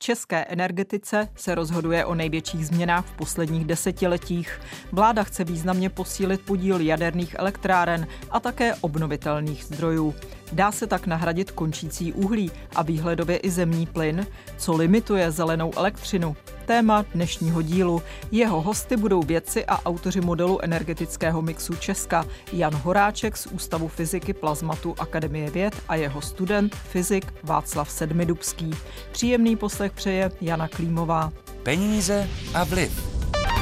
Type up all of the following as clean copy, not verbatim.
české energetice se rozhoduje o největších změnách v posledních desetiletích. Vláda chce významně posílit podíl jaderných elektráren a také obnovitelných zdrojů. Dá se tak nahradit končící uhlí a výhledově i zemní plyn, co limituje zelenou elektřinu. Téma dnešního dílu. Jeho hosty budou vědci a autoři modelu energetického mixu Česka Jan Horáček z Ústavu fyziky plazmatu Akademie věd a jeho student, fyzik Václav Sedmidubský. Příjemný poslech přeje Jana Klímová. Peníze a vliv.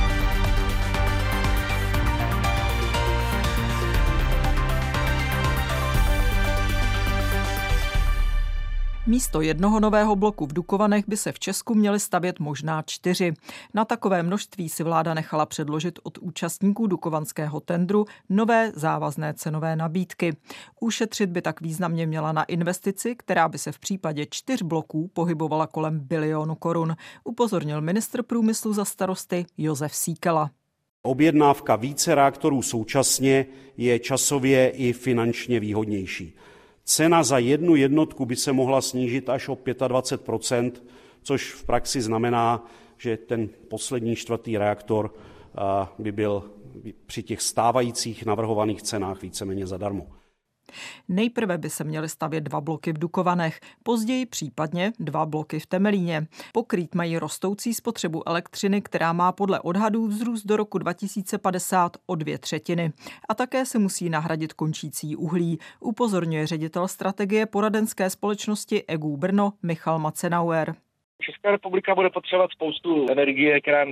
Místo jednoho nového bloku v Dukovanech by se v Česku měly stavět možná 4. Na takové množství si vláda nechala předložit od účastníků dukovanského tendru nové závazné cenové nabídky. Ušetřit by tak významně měla na investici, která by se v případě 4 bloků pohybovala kolem 1 bilionu korun, upozornil ministr průmyslu za Starosty Josef Síkela. Objednávka více reaktorů současně je časově i finančně výhodnější. Cena za jednu jednotku by se mohla snížit až o 25%, což v praxi znamená, že ten poslední 4. reaktor by byl při těch stávajících navrhovaných cenách víceméně zadarmo. Nejprve by se měly stavět 2 bloky v Dukovanech, později případně 2 bloky v Temelíně. Pokrýt mají rostoucí spotřebu elektřiny, která má podle odhadů vzrůst do roku 2050 o 2/3. A také se musí nahradit končící uhlí, upozorňuje ředitel strategie poradenské společnosti EGU Brno Michal Macenauer. Česká republika bude potřebovat spoustu energie, která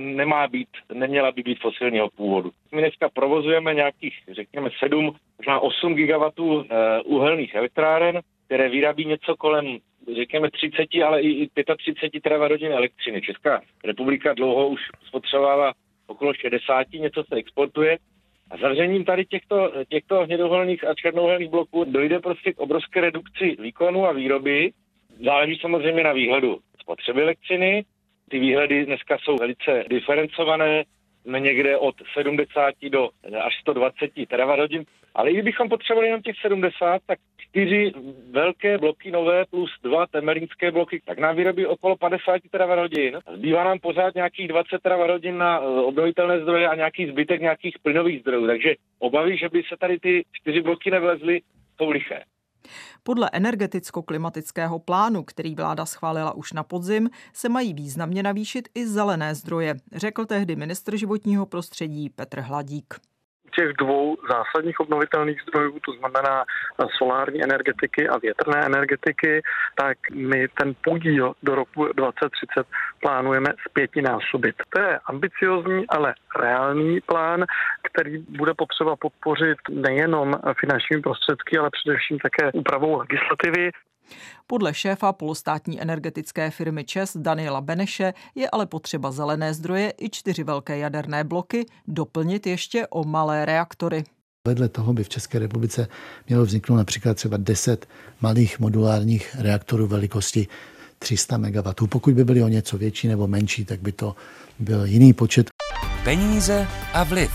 neměla by být fosilního původu. My dneska provozujeme nějakých, řekněme, 7, možná 8 gigawatů uhelných elektráren, které vyrábí něco kolem, řekněme, 30, ale i 35 terawatt-hodin elektřiny. Česká republika dlouho už spotřebovává okolo 60, něco se exportuje. A zavřením tady těchto hnědouhelných a černouhelných bloků dojde prostě k obrovské redukci výkonu a výroby. Záleží samozřejmě na výhledu spotřeby elektřiny. Ty výhledy dneska jsou velice diferencované, jsme někde od 70 do až 120 terawatt-hodin. Ale i kdybychom potřebovali jenom těch 70, tak 4 velké bloky nové plus 2 temelínské bloky, tak nám vyrobí okolo 50 terawatt-hodin. Zbývá nám pořád nějakých 20 terawatt-hodin na obnovitelné zdroje a nějaký zbytek nějakých plynových zdrojů. Takže obavy, že by se tady ty 4 bloky nevlezly, jsou liché. Podle energeticko-klimatického plánu, který vláda schválila už na podzim, se mají významně navýšit i zelené zdroje, řekl tehdy ministr životního prostředí Petr Hladík. Těch 2 zásadních obnovitelných zdrojů, to znamená solární energetiky a větrné energetiky, tak my ten podíl do roku 2030 plánujeme zpětinásobit. To je ambiciózní, ale reálný plán, který bude potřeba podpořit nejenom finančními prostředky, ale především také úpravou legislativy. Podle šéfa polostátní energetické firmy ČEZ Daniela Beneše je ale potřeba zelené zdroje i 4 velké jaderné bloky doplnit ještě o malé reaktory. Vedle toho by v České republice mělo vzniknout například třeba 10 malých modulárních reaktorů velikosti 300 MW. Pokud by byly o něco větší nebo menší, tak by to byl jiný počet. Peníze a vliv.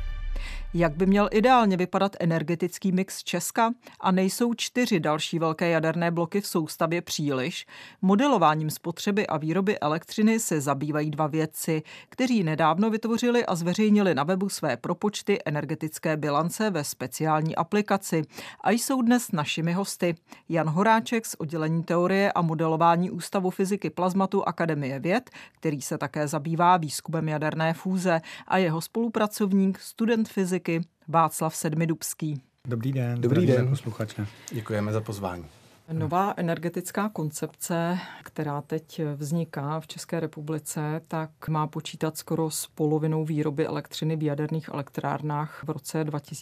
Jak by měl ideálně vypadat energetický mix Česka? A nejsou 4 další velké jaderné bloky v soustavě příliš? Modelováním spotřeby a výroby elektřiny se zabývají 2 vědci, kteří nedávno vytvořili a zveřejnili na webu své propočty energetické bilance ve speciální aplikaci. A jsou dnes našimi hosty. Jan Horáček z oddělení teorie a modelování Ústavu fyziky plazmatu Akademie věd, který se také zabývá výzkumem jaderné fúze, a jeho spolupracovník, student fyziky Václav Sedmidubský. Dobrý den. Dobrý den, posluchače. Děkujeme za pozvání. Nová energetická koncepce, která teď vzniká v České republice, tak má počítat skoro s polovinou výroby elektřiny v jaderných elektrárnách v roce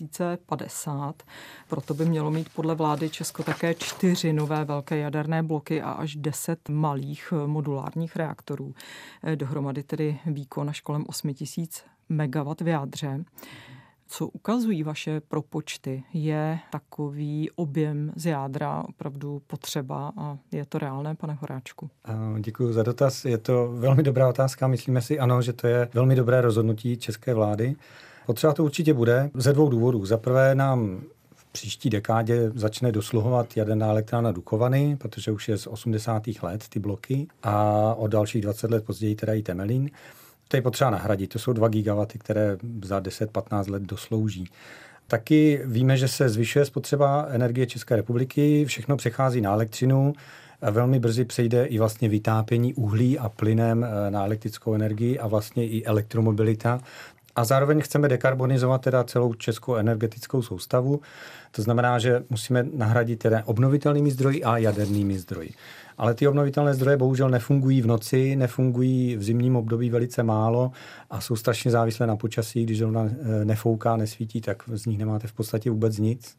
2050. Proto by mělo mít podle vlády Česko také 4 nové velké jaderné bloky a až 10 malých modulárních reaktorů. Dohromady tedy výkon až kolem 8 000 megawatt v jádře. Co ukazují vaše propočty? Je takový objem z jádra opravdu potřeba a je to reálné, pane Horáčku? Děkuji za dotaz. Je to velmi dobrá otázka. Myslíme si ano, že to je velmi dobré rozhodnutí české vlády. Potřeba to určitě bude ze 2 důvodů. Za prvé nám v příští dekádě začne dosluhovat jaderná elektrárna Dukovany, protože už je z 80. let ty bloky a o dalších 20 let později teda i Temelín. To je potřeba nahradit. To jsou 2 gigawaty, které za 10-15 let doslouží. Taky víme, že se zvyšuje spotřeba energie České republiky, všechno přechází na elektřinu. Velmi brzy přejde i vlastně vytápění uhlí a plynem na elektrickou energii a vlastně i elektromobilita. A zároveň chceme dekarbonizovat teda celou českou energetickou soustavu. To znamená, že musíme nahradit teda obnovitelnými zdroji a jadernými zdroji. Ale ty obnovitelné zdroje bohužel nefungují v noci, nefungují v zimním období velice málo a jsou strašně závislé na počasí. Když zrovna nefouká, nesvítí, tak z nich nemáte v podstatě vůbec nic.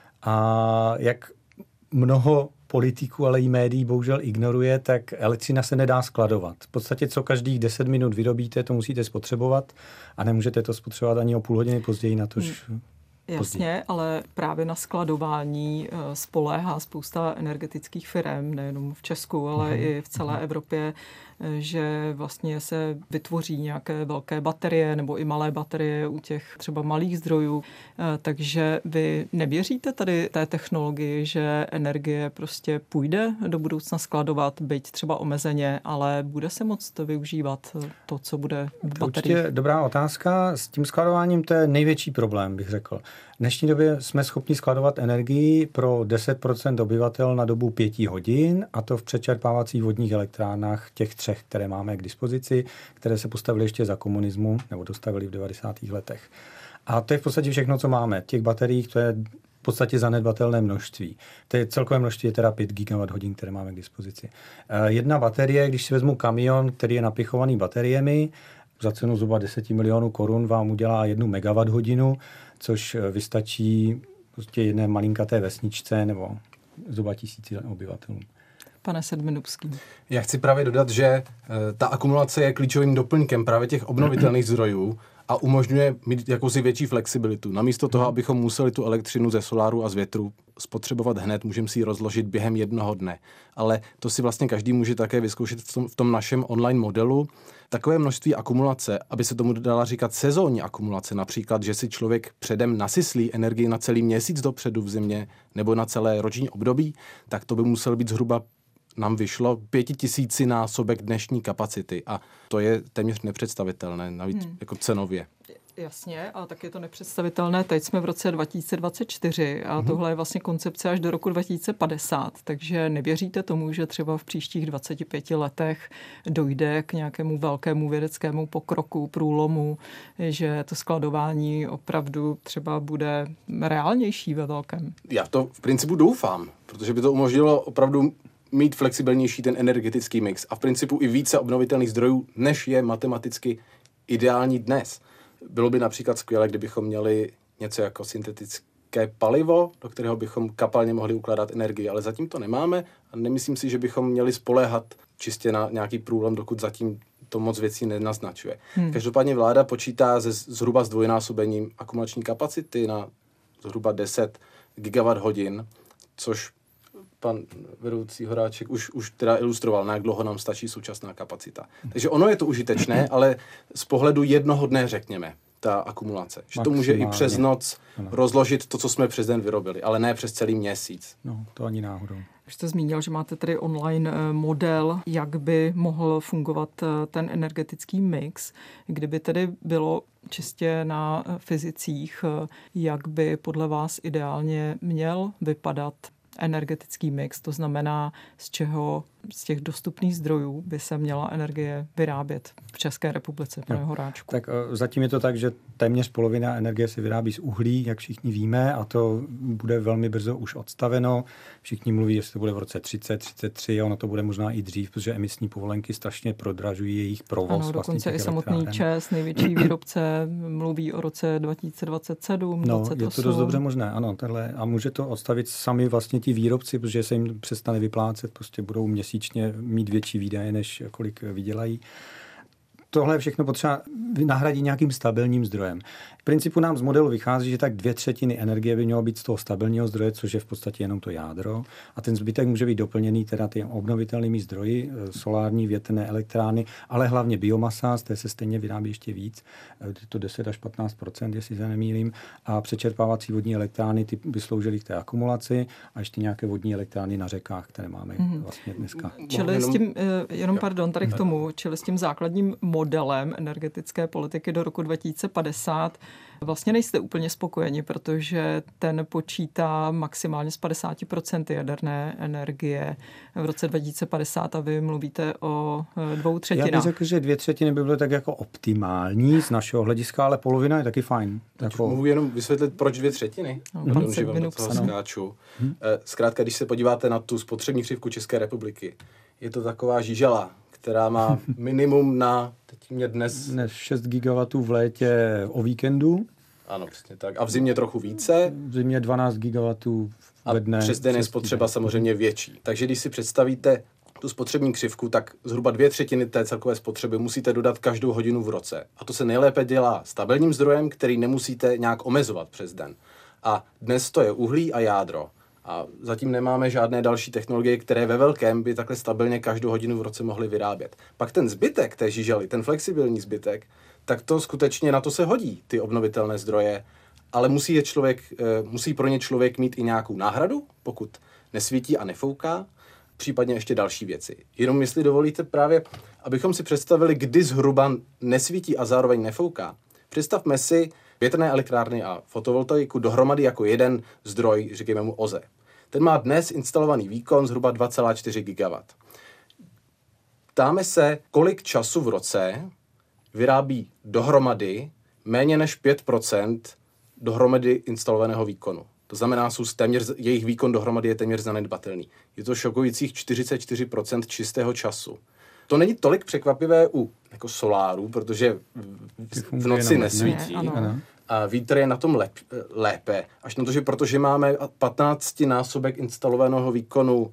A jak mnoho politiků, ale i médií bohužel ignoruje, tak elektřina se nedá skladovat. V podstatě co každých 10 minut vyrobíte, to musíte spotřebovat a nemůžete to spotřebovat ani o půl hodiny později, na tož Jasně, ale právě na skladování spoléhá spousta energetických firem, nejenom v Česku, ale i v celé Evropě, že vlastně se vytvoří nějaké velké baterie nebo i malé baterie u těch třeba malých zdrojů. Takže vy nevěříte tady té technologii, že energie prostě půjde do budoucna skladovat, byť třeba omezeně, ale bude se moct využívat to, co bude v bateriích? Určitě dobrá otázka. S tím skladováním to je největší problém, bych řekl. V dnešní době jsme schopni skladovat energii pro 10% obyvatel na dobu 5 hodin, a to v přečerpávacích vodních elektrárnách těch 3, které máme k dispozici, které se postavily ještě za komunismu, nebo dostavily v 90. letech. A to je v podstatě všechno, co máme. Těch baterií to je v podstatě zanedbatelné množství. To je celkové množství je teda 5 GWh, které máme k dispozici. Jedna baterie, když si vezmu kamion, který je napichovaný bateriemi, za cenu zhruba 10 milionů korun vám udělá 1 MWh, což vystačí prostě jedné malinkaté vesničce nebo zhruba 1000 obyvatelům. Pane Sedminubský. Já chci právě dodat, že ta akumulace je klíčovým doplňkem právě těch obnovitelných zdrojů a umožňuje mít jakousi větší flexibilitu. Namísto toho, abychom museli tu elektřinu ze soláru a z větru spotřebovat hned, můžeme si ji rozložit během jednoho dne. Ale to si vlastně každý může také vyzkoušet v tom našem online modelu. Takové množství akumulace, aby se tomu dala říkat sezónní akumulace, například, že si člověk předem nasyslí energii na celý měsíc dopředu v zimě nebo na celé roční období, tak to by muselo být zhruba, nám vyšlo 5000 násobek dnešní kapacity a to je téměř nepředstavitelné, navíc jako cenově. Jasně, a tak je to nepředstavitelné. Teď jsme v roce 2024 a tohle je vlastně koncepce až do roku 2050, takže nevěříte tomu, že třeba v příštích 25 letech dojde k nějakému velkému vědeckému pokroku, průlomu, že to skladování opravdu třeba bude reálnější ve velkém? Já to v principu doufám, protože by to umožnilo opravdu mít flexibilnější ten energetický mix a v principu i více obnovitelných zdrojů, než je matematicky ideální dnes. Bylo by například skvělé, kdybychom měli něco jako syntetické palivo, do kterého bychom kapalně mohli ukládat energii, ale zatím to nemáme a nemyslím si, že bychom měli spoléhat čistě na nějaký průlom, dokud zatím to moc věcí nenaznačuje. Každopádně vláda počítá zhruba zdvojnásobením akumulační kapacity na zhruba 10 GWh, což pan vedoucí Horáček už teda ilustroval, na jak dlouho nám stačí současná kapacita. Takže ono je to užitečné, ale z pohledu jednoho dne, řekněme, ta akumulace. Že to může i přes noc rozložit to, co jsme přes den vyrobili, ale ne přes celý měsíc. No, to ani náhodou. Už jste zmínil, že máte tady online model, jak by mohl fungovat ten energetický mix. Kdyby tedy bylo čistě na fyzicích, jak by podle vás ideálně měl vypadat energetický mix, to znamená, z čeho z těch dostupných zdrojů by se měla energie vyrábět v České republice, pane Horáčku? Tak zatím je to tak, že téměř polovina energie se vyrábí z uhlí, jak všichni víme, a to bude velmi brzo už odstaveno. Všichni mluví, jestli to bude v roce 30, 33, a ono to bude možná i dřív, protože emisní povolenky strašně prodražují jejich provoz. Ano, dokonce i samotný ČEZ, největší výrobce, mluví o roce 2027, 2028. Je to dost dobře možné, ano. A může to odstavit sami vlastně ti výrobci, protože se jim přestane vyplácet, prostě budou měsíčně mít větší výdaje, než kolik vydělají. tohle všechno potřeba nahradit nějakým stabilním zdrojem. V principu nám z modelu vychází, že tak 2/3 energie by mělo být z toho stabilního zdroje, což je v podstatě jenom to jádro. A ten zbytek může být doplněný teda těmi obnovitelnými zdroji, solární, větrné elektrárny, ale hlavně biomasa, z té se stejně vyrábí ještě víc, to 10 až 15%, jestli se nemýlím, a přečerpávací vodní elektrárny, ty by sloužily k té akumulaci a ještě nějaké vodní elektrárny na řekách, které máme vlastně dneska. Čili s tím, tady k tomu, čili s tím základním modelem energetické politiky do roku 2050 vlastně nejste úplně spokojeni, protože ten počítá maximálně z 50% jaderné energie v roce 2050 a vy mluvíte o 2/3. Já bych řekl, že 2/3 by bylo tak jako optimální z našeho hlediska, ale polovina je taky fajn. Jako... Mohu jenom vysvětlit, proč 2/3? Pardon, že vám do toho skáču. Zkrátka, když se podíváte na tu spotřební křivku České republiky, je to taková žížela, která má minimum na, teď mě dnes 6 gigawatů v létě o víkendu. Ano, přesně tak. A v zimě trochu více. V zimě 12 gigawatů ve dne. A přes den je spotřeba samozřejmě větší. Takže když si představíte tu spotřební křivku, tak zhruba 2/3 té celkové spotřeby musíte dodat každou hodinu v roce. A to se nejlépe dělá stabilním zdrojem, který nemusíte nějak omezovat přes den. A dnes to je uhlí a jádro. A zatím nemáme žádné další technologie, které ve velkém by takhle stabilně každou hodinu v roce mohly vyrábět. Pak ten zbytek té žížaly, ten flexibilní zbytek, tak to skutečně na to se hodí, ty obnovitelné zdroje, ale musí pro ně člověk mít i nějakou náhradu, pokud nesvítí a nefouká, případně ještě další věci. Jenom jestli dovolíte právě, abychom si představili, kdy zhruba nesvítí a zároveň nefouká. Představme si větrné elektrárny a fotovoltaiku dohromady jako jeden zdroj, říkáme mu OZE. Ten má dnes instalovaný výkon zhruba 2,4 GW. Ptáme se, kolik času v roce vyrábí dohromady méně než 5% dohromady instalovaného výkonu. To znamená, jejich výkon dohromady je téměř zanedbatelný. Je to šokujících 44% čistého času. To není tolik překvapivé u jako soláru, protože v noci nesvítí. A vítr je na tom lépe. Až na to, že protože máme 15násobek instalovaného výkonu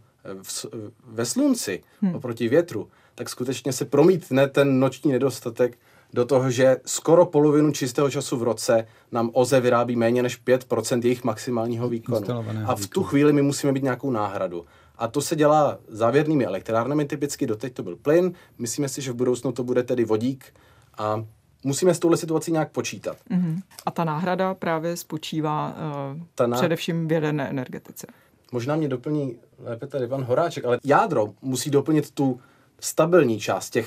ve slunci oproti větru, tak skutečně se promítne ten noční nedostatek do toho, že skoro polovinu čistého času v roce nám OZE vyrábí méně než 5% jejich maximálního výkonu. A v tu chvíli my musíme mít nějakou náhradu. A to se dělá závěrnými elektrárnami typicky, doteď to byl plyn, myslíme si, že v budoucnu to bude tedy vodík a musíme s touhle situací nějak počítat. A ta náhrada právě spočívá především v jaderné energetice. Možná mě doplní lépe tady pan Horáček, ale jádro musí doplnit tu stabilní část,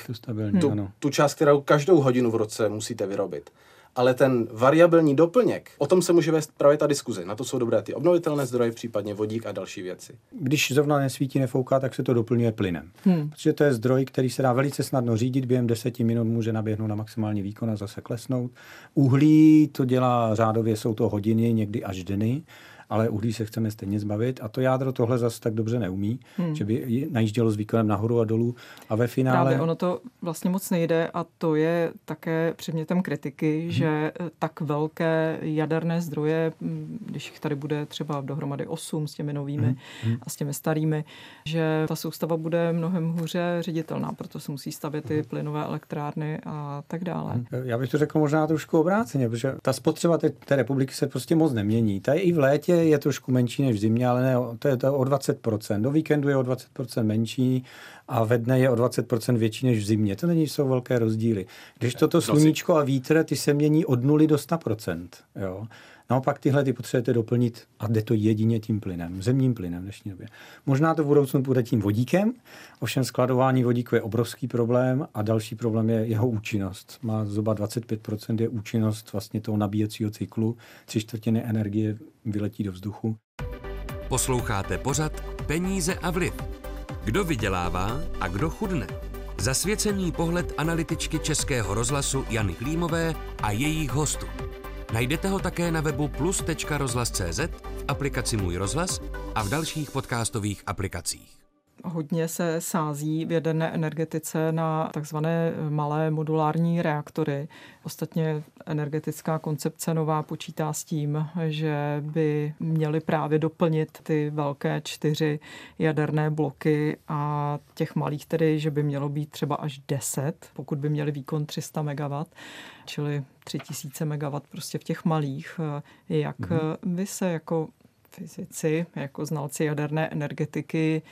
tu část, kterou každou hodinu v roce musíte vyrobit. Ale ten variabilní doplněk, o tom se může vést právě ta diskuze. Na to jsou dobré ty obnovitelné zdroje, případně vodík a další věci. Když zrovna nesvítí, nefouká, tak se to doplňuje plynem. Protože to je zdroj, který se dá velice snadno řídit, během 10 minut může naběhnout na maximální výkon a zase klesnout. Uhlí to dělá řádově, jsou to hodiny, někdy až dny, ale uhlí se chceme stejně zbavit a to jádro tohle zase tak dobře neumí, že by najíždělo s výkonem nahoru a dolů a ve finále... Právě ono to vlastně moc nejde a to je také předmětem kritiky, že tak velké jaderné zdroje, když jich tady bude třeba dohromady 8 s těmi novými a s těmi starými, že ta soustava bude mnohem hůře ředitelná, proto se musí stavět ty plynové elektrárny a tak dále. Já bych to řekl možná trošku obráceně, protože ta spotřeba té republiky se prostě moc nemění. Ta i v létě je trošku menší než v zimě, ale ne, to je o 20%. Do víkendu je o 20% menší a ve dne je o 20% větší než v zimě. To jsou velké rozdíly. Když toto sluníčko a vítr, ty se mění od 0 do 100%. Jo. Naopak tyhle ty potřebujete doplnit a jde to jedině tím plynem, zemním plynem v dnešní době. Možná to v budoucnu bude tím vodíkem, ovšem skladování vodíku je obrovský problém a další problém je jeho účinnost. Má zhruba 25% je účinnost vlastně toho nabíjecího cyklu, 3/4 energie vyletí do vzduchu. Posloucháte pořad Peníze a vliv. Kdo vydělává a kdo chudne? Zasvěcený pohled analytičky Českého rozhlasu Jany Klímové a jejich hostů. Najdete ho také na webu plus.rozhlas.cz, v aplikaci Můj rozhlas a v dalších podcastových aplikacích. Hodně se sází v jaderné energetice na takzvané malé modulární reaktory. Ostatně energetická koncepce nová počítá s tím, že by měly právě doplnit ty velké 4 jaderné bloky a těch malých tedy, že by mělo být třeba až 10, pokud by měli výkon 300 MW, čili 3000 MW prostě v těch malých. Jak vy se jako fyzici, jako znalci jaderné energetiky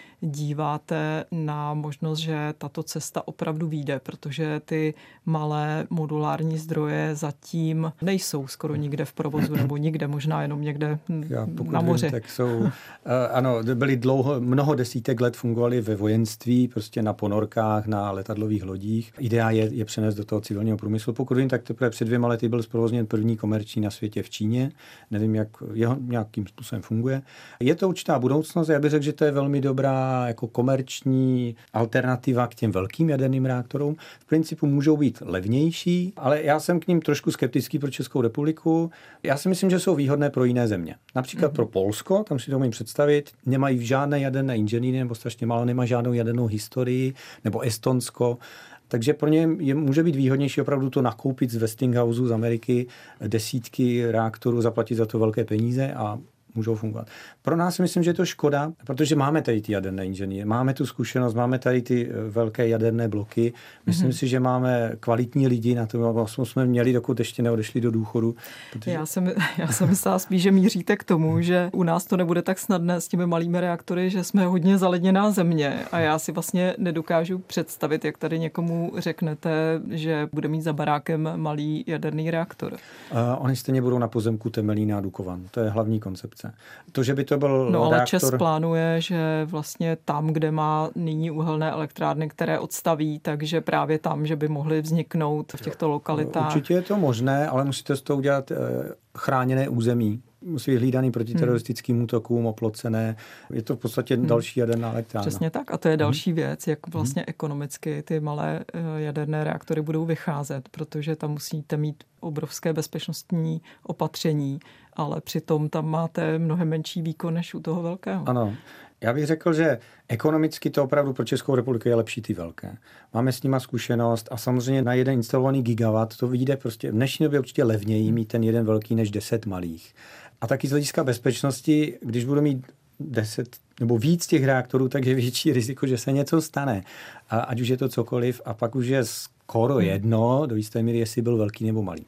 díváte na možnost, že tato cesta opravdu vyjde, protože ty malé modulární zdroje zatím nejsou skoro nikde v provozu, nebo nikde, možná jenom někde na moři. Vím, tak jsou, ano, byly mnoho desítek let fungovaly ve vojenství, prostě na ponorkách, na letadlových lodích. Idea je přenést do toho civilního průmyslu. Pokud vím, tak teprve před 2 lety byl zprovozněn první komerční na světě v Číně. Nevím, jak jeho nějakým způsobem funguje. Je to určitá budoucnost. Já bych řekl, že to je velmi dobrá jako komerční alternativa k těm velkým jaderným reaktorům. V principu můžou být levnější, ale já jsem k ním trošku skeptický pro Českou republiku. Já si myslím, že jsou výhodné pro jiné země. Například pro Polsko, tam si to umím představit, nemají žádné jaderné inženýry, nebo strašně málo, nemá žádnou jadernou historii, nebo Estonsko. Takže pro ně může být výhodnější opravdu to nakoupit z Westinghouse z Ameriky desítky reaktorů, zaplatit za to velké peníze a můžou fungovat. Pro nás si myslím, že je to škoda, protože máme tady ty jaderné inženýry, máme tu zkušenost, máme tady ty velké jaderné bloky. Myslím si, že máme kvalitní lidi na to, jsme měli, dokud ještě neodešli do důchodu. Protože... Já jsem myslela spíš, že míříte k tomu, že u nás to nebude tak snadné s těmi malými reaktory, že jsme hodně zaledněná země a já si vlastně nedokážu představit, jak tady někomu řeknete, že bude mít za barákem malý jaderný reaktor. Oni stejně budou na pozemku Temelína a Dukovan. To je hlavní koncepce. To, že by to byl ale reaktor... ČEZ plánuje, že vlastně tam, kde má nyní uhelné elektrárny, které odstaví, takže právě tam, že by mohly vzniknout v těchto lokalitách. Určitě je to možné, ale musíte z toho udělat chráněné území. Musí být hlídaný proti teroristickým útokům, oplocené. Je to v podstatě další jaderná elektrárna. Přesně tak. A to je další věc, jak vlastně ekonomicky ty malé jaderné reaktory budou vycházet, protože tam musíte mít obrovské bezpečnostní opatření, ale přitom tam máte mnohem menší výkon než u toho velkého. Ano. Já bych řekl, že ekonomicky to opravdu pro Českou republiku je lepší ty velké. Máme s nima zkušenost a samozřejmě na jeden instalovaný gigawatt to vyjde prostě v dnešní době určitě levněji mít ten jeden velký než 10 malých. A taky z hlediska bezpečnosti, když budu mít 10 nebo víc těch reaktorů, tak je větší riziko, že se něco stane. A ať už je to cokoliv a pak už je skoro jedno, do jisté míry, jestli byl velký nebo malý.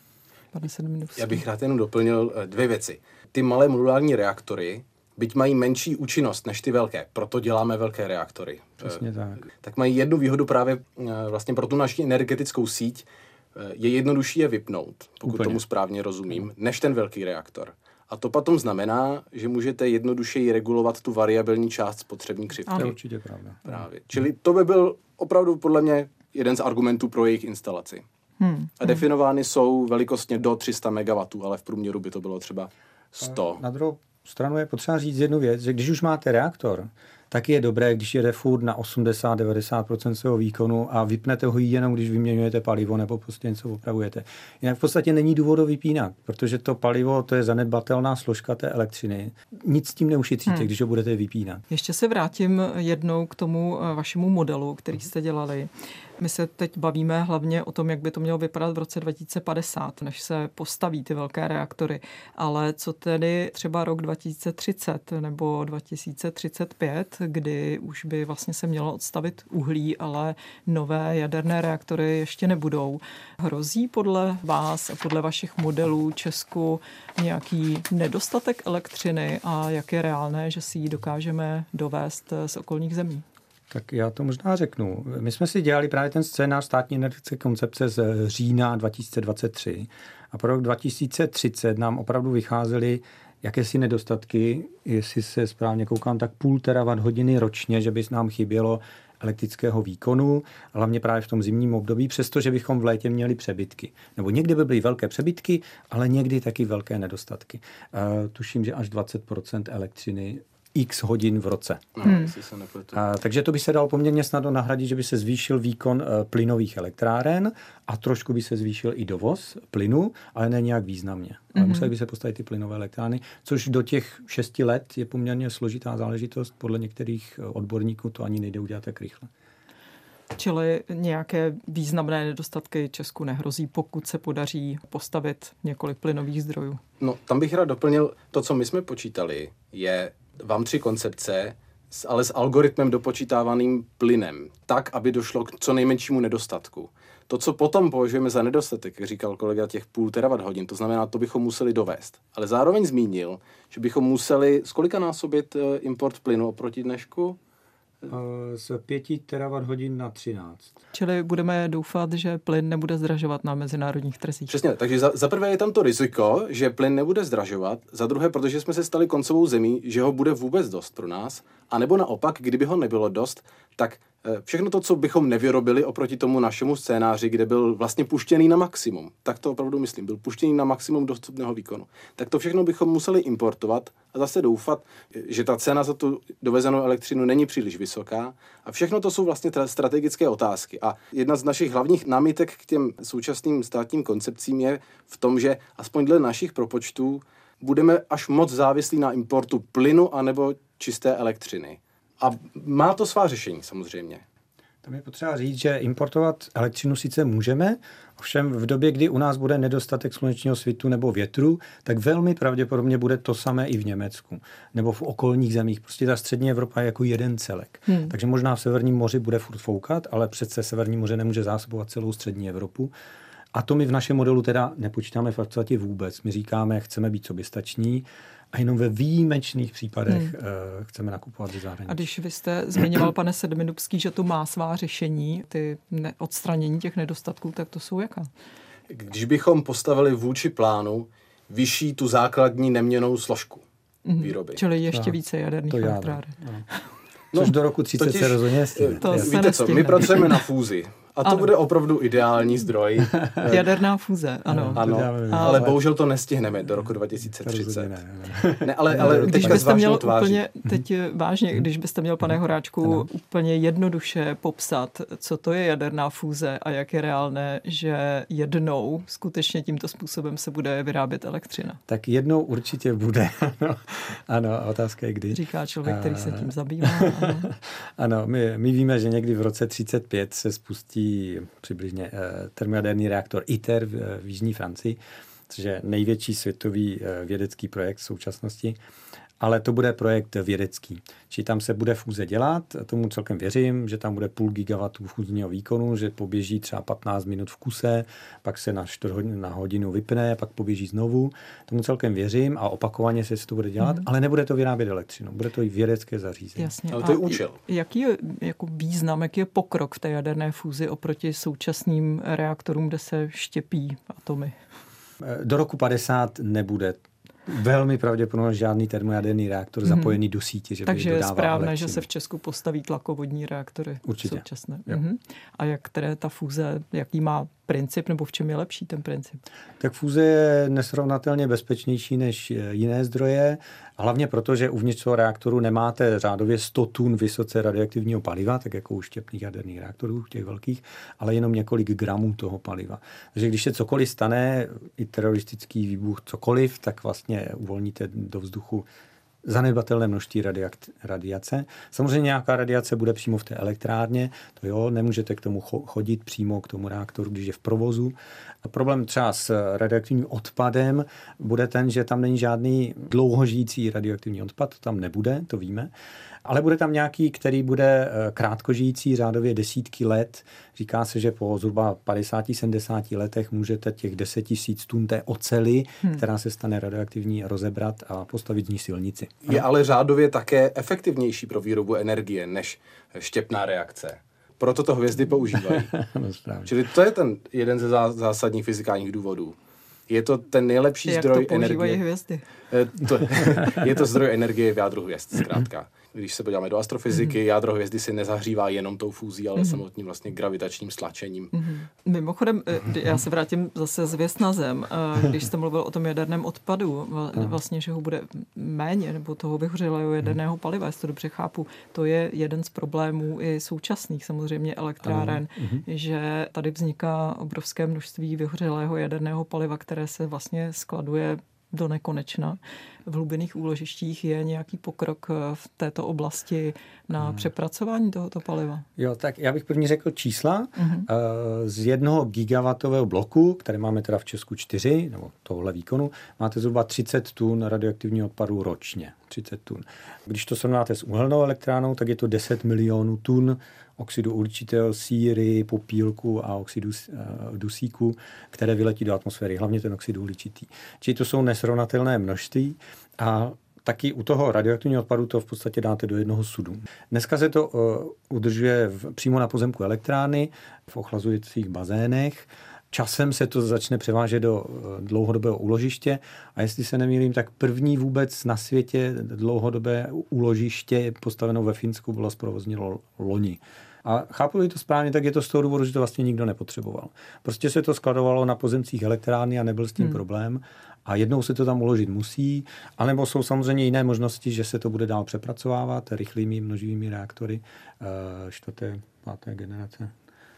Já bych rád jenom doplnil 2 věci. Ty malé modulární reaktory, byť mají menší účinnost než ty velké, proto děláme velké reaktory. Přesně tak. Tak mají jednu výhodu právě vlastně pro tu naši energetickou síť. Je jednodušší je vypnout, pokud tomu správně rozumím, než ten velký reaktor. A to potom znamená, že můžete jednodušeji regulovat tu variabilní část spotřební křivky. To je určitě pravda. Právě. Čili to by byl opravdu podle mě jeden z argumentů pro jejich instalaci. A definovány jsou velikostně do 300 MW, ale v průměru by to bylo třeba 100. Na druhou stranu je potřeba říct jednu věc, že když už máte reaktor, tak je dobré, když jede furt na 80-90% svého výkonu a vypnete ho jenom, když vyměňujete palivo nebo prostě něco opravujete. Jinak v podstatě není důvod ho vypínat, protože to palivo, to je zanedbatelná složka té elektřiny. Nic s tím neušetříte, když ho budete vypínat. Ještě se vrátím jednou k tomu vašemu modelu, který jste dělali. My se teď bavíme hlavně o tom, jak by to mělo vypadat v roce 2050, než se postaví ty velké reaktory. Ale co tedy třeba rok 2030 nebo 2035, kdy už by vlastně se mělo odstavit uhlí, ale nové jaderné reaktory ještě nebudou. Hrozí podle vás a podle vašich modelů Česku nějaký nedostatek elektřiny a jak je reálné, že si ji dokážeme dovést z okolních zemí? Tak já to možná řeknu. My jsme si dělali právě ten scénář státní energetické koncepce z října 2023 a pro rok 2030 nám opravdu vycházely jakési nedostatky, jestli se správně koukám, tak 0,5 terawatt-hodiny ročně, že by nám chybělo elektrického výkonu, hlavně právě v tom zimním období, přestože bychom v létě měli přebytky. Nebo někdy by byly velké přebytky, ale někdy taky velké nedostatky. Tuším, že až 20% elektřiny x hodin v roce. Jestli se nepletu. Takže to by se dalo poměrně snadno nahradit, že by se zvýšil výkon plynových elektráren a trošku by se zvýšil i dovoz plynu, ale ne nějak významně. Ale museli by se postavit ty plynové elektrárny, což do těch 6 let je poměrně složitá záležitost. Podle některých odborníků to ani nejde udělat tak rychle. Čili nějaké významné nedostatky Česku nehrozí, pokud se podaří postavit několik plynových zdrojů. No, tam bych rád doplnil, to, co my jsme počítali, je vám 3 koncepce, ale s algoritmem dopočítávaným plynem, tak, aby došlo k co nejmenšímu nedostatku. To, co potom považujeme za nedostatek, jak říkal kolega, těch 0,5 terawatt-hodin, to znamená, to bychom museli dovést. Ale zároveň zmínil, že bychom museli zkolikanásobit import plynu oproti dnešku? Z 5 terawatt-hodin na 13. Čili budeme doufat, že plyn nebude zdražovat na mezinárodních trzích. Přesně, takže za prvé je tam to riziko, že plyn nebude zdražovat, za druhé, protože jsme se stali koncovou zemí, že ho bude vůbec dost pro nás, a nebo naopak, kdyby ho nebylo dost, tak všechno to, co bychom nevyrobili oproti tomu našemu scénáři, kde byl vlastně puštěný na maximum, tak to opravdu myslím, byl puštěný na maximum dostupného výkonu, tak to všechno bychom museli importovat a zase doufat, že ta cena za tu dovezenou elektřinu není příliš vysoká. A všechno to jsou vlastně strategické otázky. A jedna z našich hlavních námitek k těm současným státním koncepcím je v tom, že aspoň dle našich propočtů budeme až moc závislí na importu plynu anebo čisté elektřiny. A má to svá řešení samozřejmě. Tam je potřeba říct, že importovat elektřinu sice můžeme, ovšem v době, kdy u nás bude nedostatek slunečního svitu nebo větru, tak velmi pravděpodobně bude to samé i v Německu nebo v okolních zemích. Prostě ta střední Evropa je jako jeden celek. Takže možná v Severním moři bude furt foukat, ale přece Severní moře nemůže zásobovat celou střední Evropu. A to my v našem modelu teda nepočítáme v podstatě vůbec. My říkáme, chceme být soběstační a jenom ve výjimečných případech chceme nakupovat ze zahraničí. A když vy jste zmiňoval, pane Sedmidubský, že to má svá řešení, ty odstranění těch nedostatků, tak to jsou jaká? Když bychom postavili vůči plánu vyšší tu základní neměnnou složku výroby. Čili ještě více jaderných elektráren. Což do roku 30 se rozhodně víte co, my pracujeme na fúzi. A to bude opravdu ideální zdroj. Jaderná fúze, ano. Ale bohužel to nestihneme do roku 2030. Ne, ale když byste měl úplně, teď vážně, když byste měl, pane Horáčku, úplně jednoduše popsat, co to je jaderná fúze a jak je reálné, že jednou skutečně tímto způsobem se bude vyrábět elektřina. Tak jednou určitě bude. Ano, a otázka je kdy. Říká člověk, který se tím zabývá. Ano, my víme, že někdy v roce 35 se spustí přibližně termojaderný reaktor ITER v jižní Francii, což je největší světový vědecký projekt v současnosti, ale to bude projekt vědecký. Čili tam se bude fúze dělat, tomu celkem věřím, že tam bude 0,5 gigawattu fúzního výkonu, že poběží třeba 15 minut v kuse, pak se na 4 hodiny na hodinu vypne, pak poběží znovu. Tomu celkem věřím a opakovaně se to bude dělat, ale nebude to vyrábět elektřinu, bude to i vědecké zařízení. Jasně. Ale to je účel. Jaký je jako význam, jaký je pokrok v té jaderné fúzi oproti současným reaktorům, kde se štěpí atomy? Do roku 50 nebude velmi pravděpodobně žádný termojaderný reaktor zapojený do sítě, že takže by je správné, elektřinu. že se v Česku postaví tlakovodní reaktory. Určitě. Současné. A jak které ta fúze, jaký má princip, nebo v čem je lepší ten princip? Tak fúze je nesrovnatelně bezpečnější než jiné zdroje, hlavně proto, že uvnitř toho reaktoru nemáte řádově 100 tun vysoce radioaktivního paliva, tak jako u štěpných jaderných reaktorů, těch velkých, ale jenom několik gramů toho paliva. Takže když se cokoliv stane, i teroristický výbuch, cokoliv, tak vlastně uvolníte do vzduchu zanedbatelné množství radiace. Samozřejmě nějaká radiace bude přímo v té elektrárně, to jo, nemůžete k tomu chodit přímo k tomu reaktoru, když je v provozu. A problém třeba s radioaktivním odpadem bude ten, že tam není žádný dlouhožijící radioaktivní odpad, to tam nebude, to víme, ale bude tam nějaký, který bude krátkožijící, řádově desítky let. Říká se, že po zhruba 50-70 letech můžete těch 10 000 tun té oceli, která se stane radioaktivní, rozebrat a postavit z ní silnici. Je ale řádově také efektivnější pro výrobu energie než štěpná reakce. Proto to hvězdy používají. Čili to je ten jeden ze zásadních fyzikálních důvodů. Je to ten nejlepší zdroj energie. Hvězdy? Je to zdroj energie v jádru hvězd, zkrátka. Když se podíváme do astrofyziky, jádro hvězdy se nezahřívá jenom tou fúzí, ale samotným vlastně gravitačním stlačením. Mimochodem, já se vrátím zase z hvězd na Zem. Když jste mluvil o tom jaderném odpadu, vlastně, že ho bude méně, nebo toho vyhořelého jaderného paliva, jestli to dobře chápu, to je jeden z problémů i současných samozřejmě elektráren, že tady vzniká obrovské množství vyhořelého jaderného paliva, které se vlastně skladuje do nekonečna. V hlubinných úložištích je nějaký pokrok v této oblasti na přepracování tohoto paliva? Jo, tak já bych první řekl čísla. Z 1 gigawatového bloku, které máme teda v Česku 4, nebo tohle výkonu, máte zhruba 30 tun radioaktivního odpadu ročně. 30 tun. Když to srovnáte s uhelnou elektrárnou, tak je to 10 milionů tun oxidu uhličitého, síry, popílku a oxidu dusíku, které vyletí do atmosféry, hlavně ten oxid uhličitý. Čili to jsou nesrovnatelné množství a taky u toho radioaktivního odpadu to v podstatě dáte do jednoho sudu. Dneska se to udržuje přímo na pozemku elektrárny, v ochlazujících bazénech. Časem se to začne převážet do dlouhodobého úložiště a jestli se nemýlím, tak první vůbec na světě dlouhodobé úložiště postaveno ve Finsku bylo zprovoznilo loni. A chápu-li to správně, tak je to z toho důvodu, že to vlastně nikdo nepotřeboval. Prostě se to skladovalo na pozemcích elektrárny a nebyl s tím problém. A jednou se to tam uložit musí, anebo jsou samozřejmě jiné možnosti, že se to bude dál přepracovávat rychlými množivými reaktory 4., 5. generace.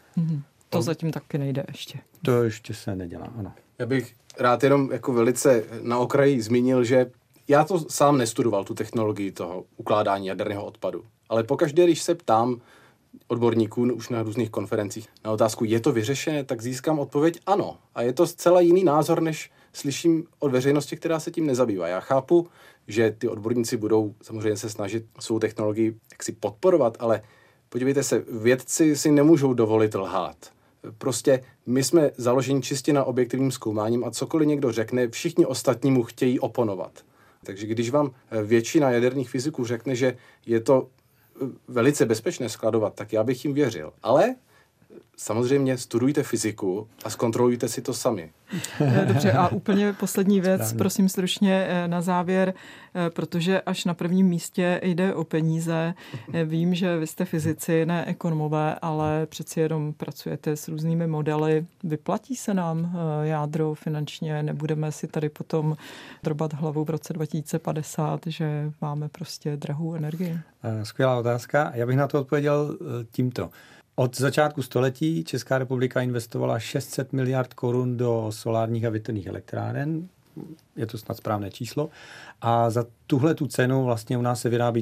To zatím taky nejde ještě. To ještě se nedělá, ano. Já bych rád jenom jako velice na okraji zmínil, že já to sám nestudoval, tu technologii toho ukládání jaderného odpadu. Ale pokaždé, když se ptám odborníků už na různých konferencích na otázku, je to vyřešené, tak získám odpověď ano. A je to zcela jiný názor, než slyším od veřejnosti, která se tím nezabývá. Já chápu, že ty odborníci budou samozřejmě se snažit svou technologii jaksi podporovat, ale podívejte se, vědci si nemůžou dovolit lhát. Prostě my jsme založeni čistě na objektivním zkoumáním a cokoliv někdo řekne, všichni ostatní mu chtějí oponovat. Takže když vám většina jaderných fyziků řekne, že je to velice bezpečné skladovat, tak já bych jim věřil. Ale samozřejmě studujte fyziku a zkontrolujte si to sami. Dobře, a úplně poslední věc, prosím stručně na závěr, protože až na prvním místě jde o peníze. Vím, že vy jste fyzici, ne ekonomové, ale přeci jenom pracujete s různými modely. Vyplatí se nám jádro finančně? Nebudeme si tady potom drobat hlavu v roce 2050, že máme prostě drahou energii? Skvělá otázka. Já bych na to odpověděl tímto. Od začátku století Česká republika investovala 600 miliard korun do solárních a větrných elektráren. Je to snad správné číslo. A za tuhle tu cenu vlastně u nás se vyrábí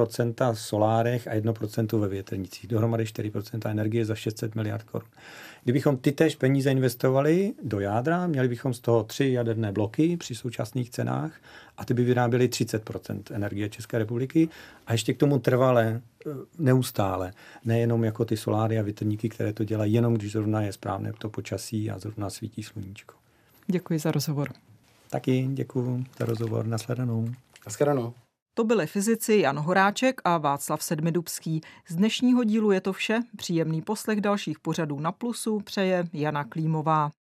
3% v solárech a 1% ve větrnicích. Dohromady 4% energie za 600 miliard korun. Kdybychom ty též peníze investovali do jádra, měli bychom z toho 3 jaderné bloky při současných cenách a ty by vyráběly 30% energie České republiky a ještě k tomu trvale, neustále. Nejenom jako ty soláry a větrníky, které to dělají, jenom když zrovna je správné to počasí a zrovna svítí sluníčko. Děkuji za rozhovor. Taky děkuji za rozhovor. Nashledanou. Nashledanou. To byli fyzici Jan Horáček a Václav Sedmidubský. Z dnešního dílu je to vše. Příjemný poslech dalších pořadů na Plusu přeje Jana Klímová.